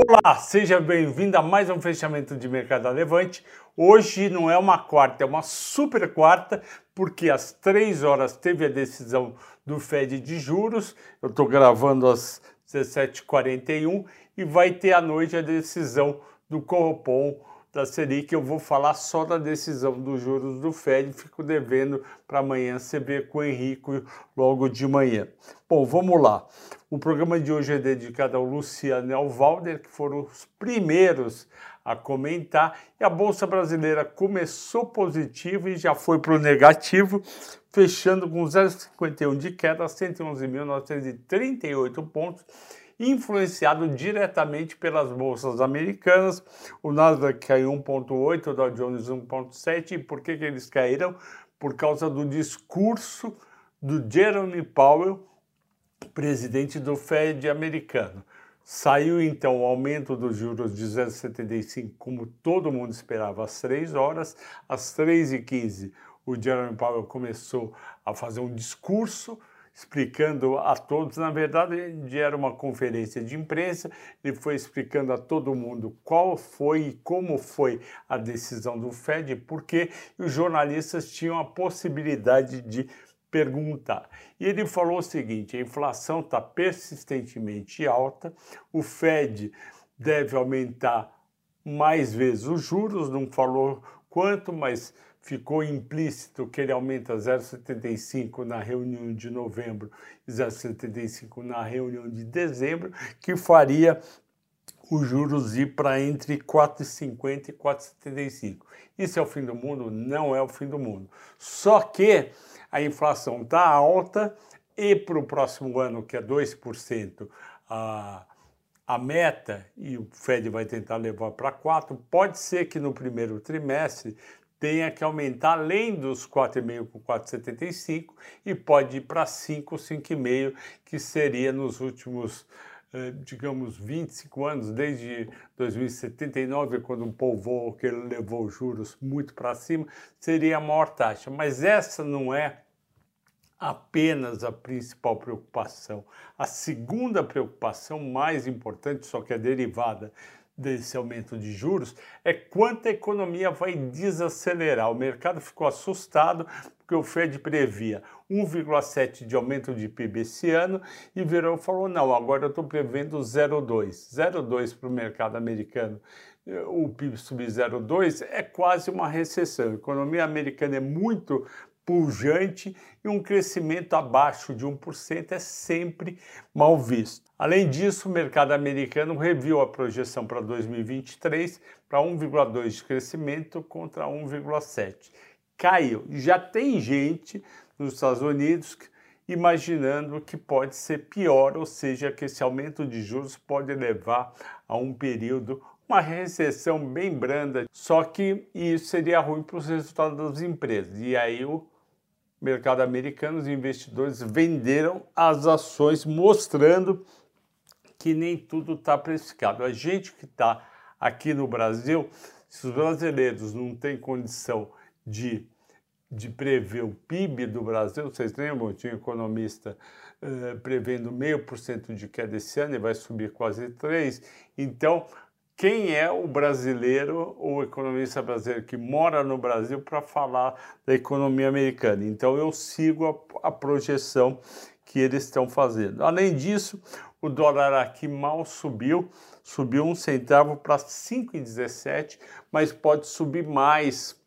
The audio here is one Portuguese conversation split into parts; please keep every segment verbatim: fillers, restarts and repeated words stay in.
Olá, seja bem-vindo a mais um fechamento de mercado da Levante. Hoje não é uma quarta, é uma super quarta, porque às três horas teve a decisão do Fed de juros. Eu estou gravando às dezessete e quarenta e um e vai ter à noite a decisão do Copom da Selic. Eu vou falar só da decisão dos juros do Fed, fico devendo para amanhã você ver com o Henrico logo de manhã. Bom, vamos lá. O programa de hoje é dedicado ao Luciano e ao Valder, que foram os primeiros a comentar, e a Bolsa Brasileira começou positivo e já foi para o negativo, fechando com zero vírgula cinquenta e um de queda a cento e onze mil novecentos e trinta e oito pontos, influenciado diretamente pelas bolsas americanas. O Nasdaq caiu um vírgula oito, o Dow Jones um vírgula sete. E por que, que eles caíram? Por causa do discurso do Jerome Powell, presidente do Fed americano. Saiu então o aumento dos juros de zero vírgula setenta e cinco, como todo mundo esperava, às três horas. Às três e quinze, o Jerome Powell começou a fazer um discurso explicando a todos. Na verdade, era uma conferência de imprensa, ele foi explicando a todo mundo qual foi e como foi a decisão do Fed, porque os jornalistas tinham a possibilidade de perguntar. E ele falou o seguinte: a inflação está persistentemente alta, o Fed deve aumentar mais vezes os juros, não falou quanto, mas ficou implícito que ele aumenta zero vírgula setenta e cinco na reunião de novembro e zero vírgula setenta e cinco na reunião de dezembro, que faria os juros ir para entre quatro vírgula cinquenta e quatro vírgula setenta e cinco. Isso é o fim do mundo? Não é o fim do mundo. Só que a inflação está alta e para o próximo ano, que é dois por cento, a, a meta, e o Fed vai tentar levar para quatro por cento, pode ser que no primeiro trimestre tenha que aumentar além dos quatro vírgula cinco por cento com quatro vírgula setenta e cinco e pode ir para cinco, cinco vírgula cinco por cento, que seria nos últimos, eh, digamos, vinte e cinco anos, desde dois mil e setenta e nove, quando um povo que ele levou os juros muito para cima, seria a maior taxa. Mas essa não é apenas a principal preocupação. A segunda preocupação mais importante, só que é derivada desse aumento de juros, é quanto a economia vai desacelerar. O mercado ficou assustado porque o Fed previa um vírgula sete de aumento de P I B esse ano e virou e falou: não, agora eu estou prevendo zero vírgula dois. zero vírgula dois para o mercado americano. O P I B subir zero vírgula dois é quase uma recessão. A economia americana é muito pujante e um crescimento abaixo de um por cento é sempre mal visto. Além disso, o mercado americano reviu a projeção para dois mil e vinte e três para um vírgula dois de crescimento contra um vírgula sete. Caiu. Já tem gente nos Estados Unidos imaginando que pode ser pior, ou seja, que esse aumento de juros pode levar a um período, uma recessão bem branda, só que isso seria ruim para os resultados das empresas. E aí o mercado americano, os investidores venderam as ações, mostrando que nem tudo está precificado. A gente que está aqui no Brasil, se os brasileiros não têm condição de, de prever o P I B do Brasil, vocês lembram? Tinha um economista uh, prevendo meio por cento de queda esse ano e vai subir quase três por cento. Então, quem é o brasileiro ou o economista brasileiro que mora no Brasil para falar da economia americana? Então eu sigo a, a projeção que eles estão fazendo. Além disso, o dólar aqui mal subiu, subiu um centavo para cinco vírgula dezessete, mas pode subir mais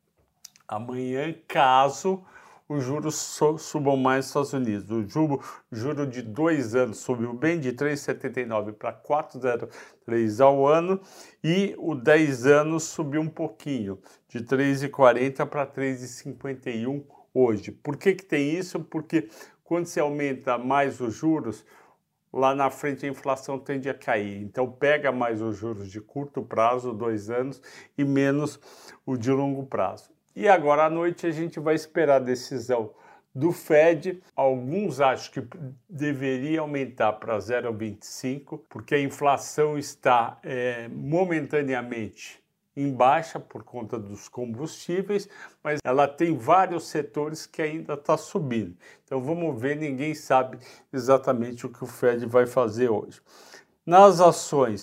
amanhã caso os juros subam mais nos Estados Unidos. O juro, juro de dois anos subiu bem de três vírgula setenta e nove para quatro vírgula zero três ao ano e o dez anos subiu um pouquinho, de três vírgula quarenta para três vírgula cinquenta e um hoje. Por que que tem isso? Porque quando se aumenta mais os juros, lá na frente a inflação tende a cair. Então pega mais os juros de curto prazo, dois anos, e menos o de longo prazo. E agora à noite a gente vai esperar a decisão do Fed. Alguns acham que deveria aumentar para zero vírgula vinte e cinco, porque a inflação está é, momentaneamente em baixa por conta dos combustíveis, mas ela tem vários setores que ainda está subindo. Então vamos ver, ninguém sabe exatamente o que o Fed vai fazer hoje. Nas ações,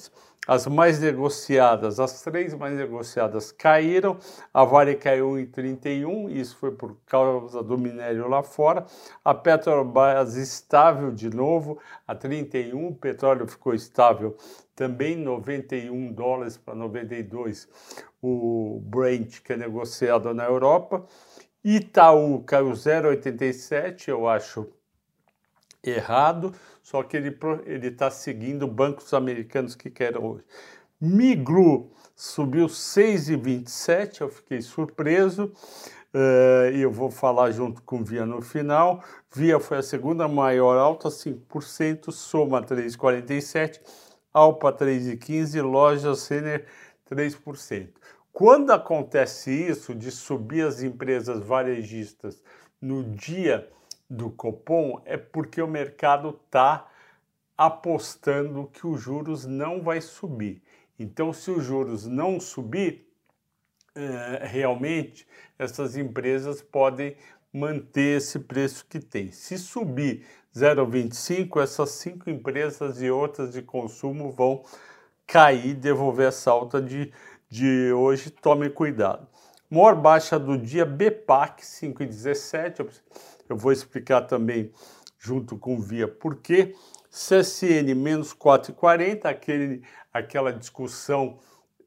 as mais negociadas, as três mais negociadas caíram, a Vale caiu em trinta e um, isso foi por causa do minério lá fora, a Petrobras estável de novo, a trinta e um, o petróleo ficou estável também, noventa e um dólares para noventa e dois, o Brent, que é negociado na Europa. Itaú caiu zero vírgula oitenta e sete, eu acho errado, só que ele ele está seguindo bancos americanos que querem hoje. Miglu subiu seis vírgula vinte e sete, eu fiquei surpreso, e uh, eu vou falar junto com Via no final. Via foi a segunda maior alta, cinco por cento, Soma três vírgula quarenta e sete, Alpa três vírgula quinze, Lojas Renner três por cento. Quando acontece isso, de subir as empresas varejistas no dia do Copom, é porque o mercado está apostando que os juros não vai subir. Então, se os juros não subir, é, realmente essas empresas podem manter esse preço que tem. Se subir zero vírgula vinte e cinco, essas cinco empresas e outras de consumo vão cair, devolver essa alta de, de hoje. Tome cuidado. Maior baixa do dia, B P A C, cinco vírgula dezessete. Eu vou explicar também junto com Via por quê. C S N menos quatro vírgula quarenta, aquele, aquela discussão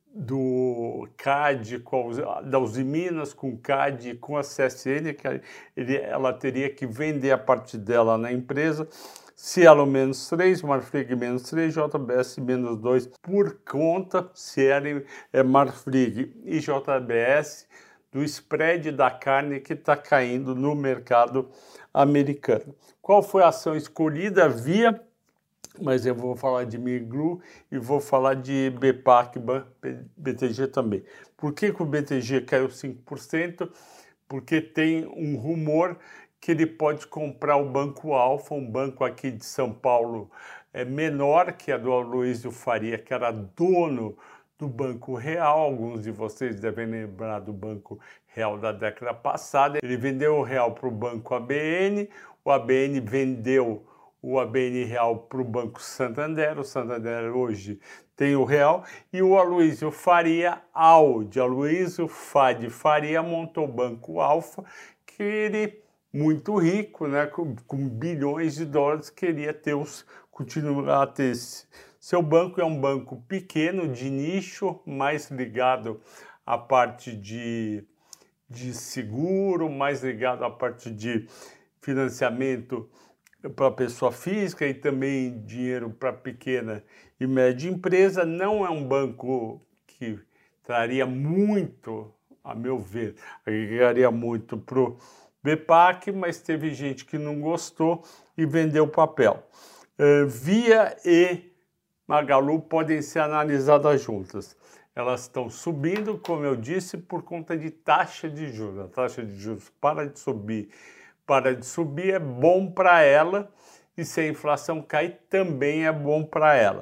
do C A D, com a, da Uzi Minas com o C A D e com a C S N, que ele, ela teria que vender a parte dela na empresa. Cielo menos três, Marfrig menos três, J B S menos dois, por conta, Cielo é Marfrig e J B S, do spread da carne que está caindo no mercado americano. Qual foi a ação escolhida? Via, mas eu vou falar de Miglu e vou falar de B P A C, B T G também. Por que, que o B T G caiu cinco por cento? Porque tem um rumor que ele pode comprar o Banco Alfa, um banco aqui de São Paulo é, menor que a do Aloysio Faria, que era dono do Banco Real. Alguns de vocês devem lembrar do Banco Real da década passada. Ele vendeu o Real para o Banco A B N, o A B N vendeu o A B N Real para o Banco Santander, o Santander hoje tem o Real, e o Aloysio Faria, Audi, Aloysio Fadi Faria montou o Banco Alfa, que ele, muito rico, né, com, com bilhões de dólares, queria ter os, continuar a ter esse. Seu banco é um banco pequeno, de nicho, mais ligado à parte de, de seguro, mais ligado à parte de financiamento para pessoa física e também dinheiro para pequena e média empresa. Não é um banco que traria muito, a meu ver, agregaria muito para o B P A C, mas teve gente que não gostou e vendeu o papel. Uh, Via e Magalu podem ser analisadas juntas. Elas estão subindo, como eu disse, por conta de taxa de juros. A taxa de juros para de subir, para de subir é bom para ela, e se a inflação cai também é bom para ela.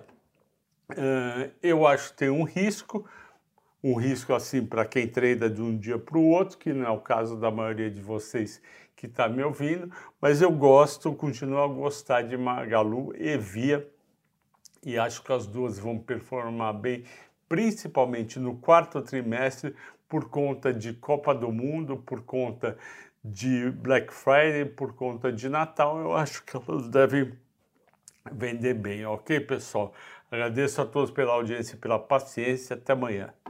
Uh, eu acho que tem um risco, um risco assim para quem treina de um dia para o outro, que não é o caso da maioria de vocês que está me ouvindo, mas eu gosto, continuo a gostar de Magalu e Via, e acho que as duas vão performar bem, principalmente no quarto trimestre, por conta de Copa do Mundo, por conta de Black Friday, por conta de Natal. Eu acho que elas devem vender bem, ok, pessoal? Agradeço a todos pela audiência e pela paciência. Até amanhã.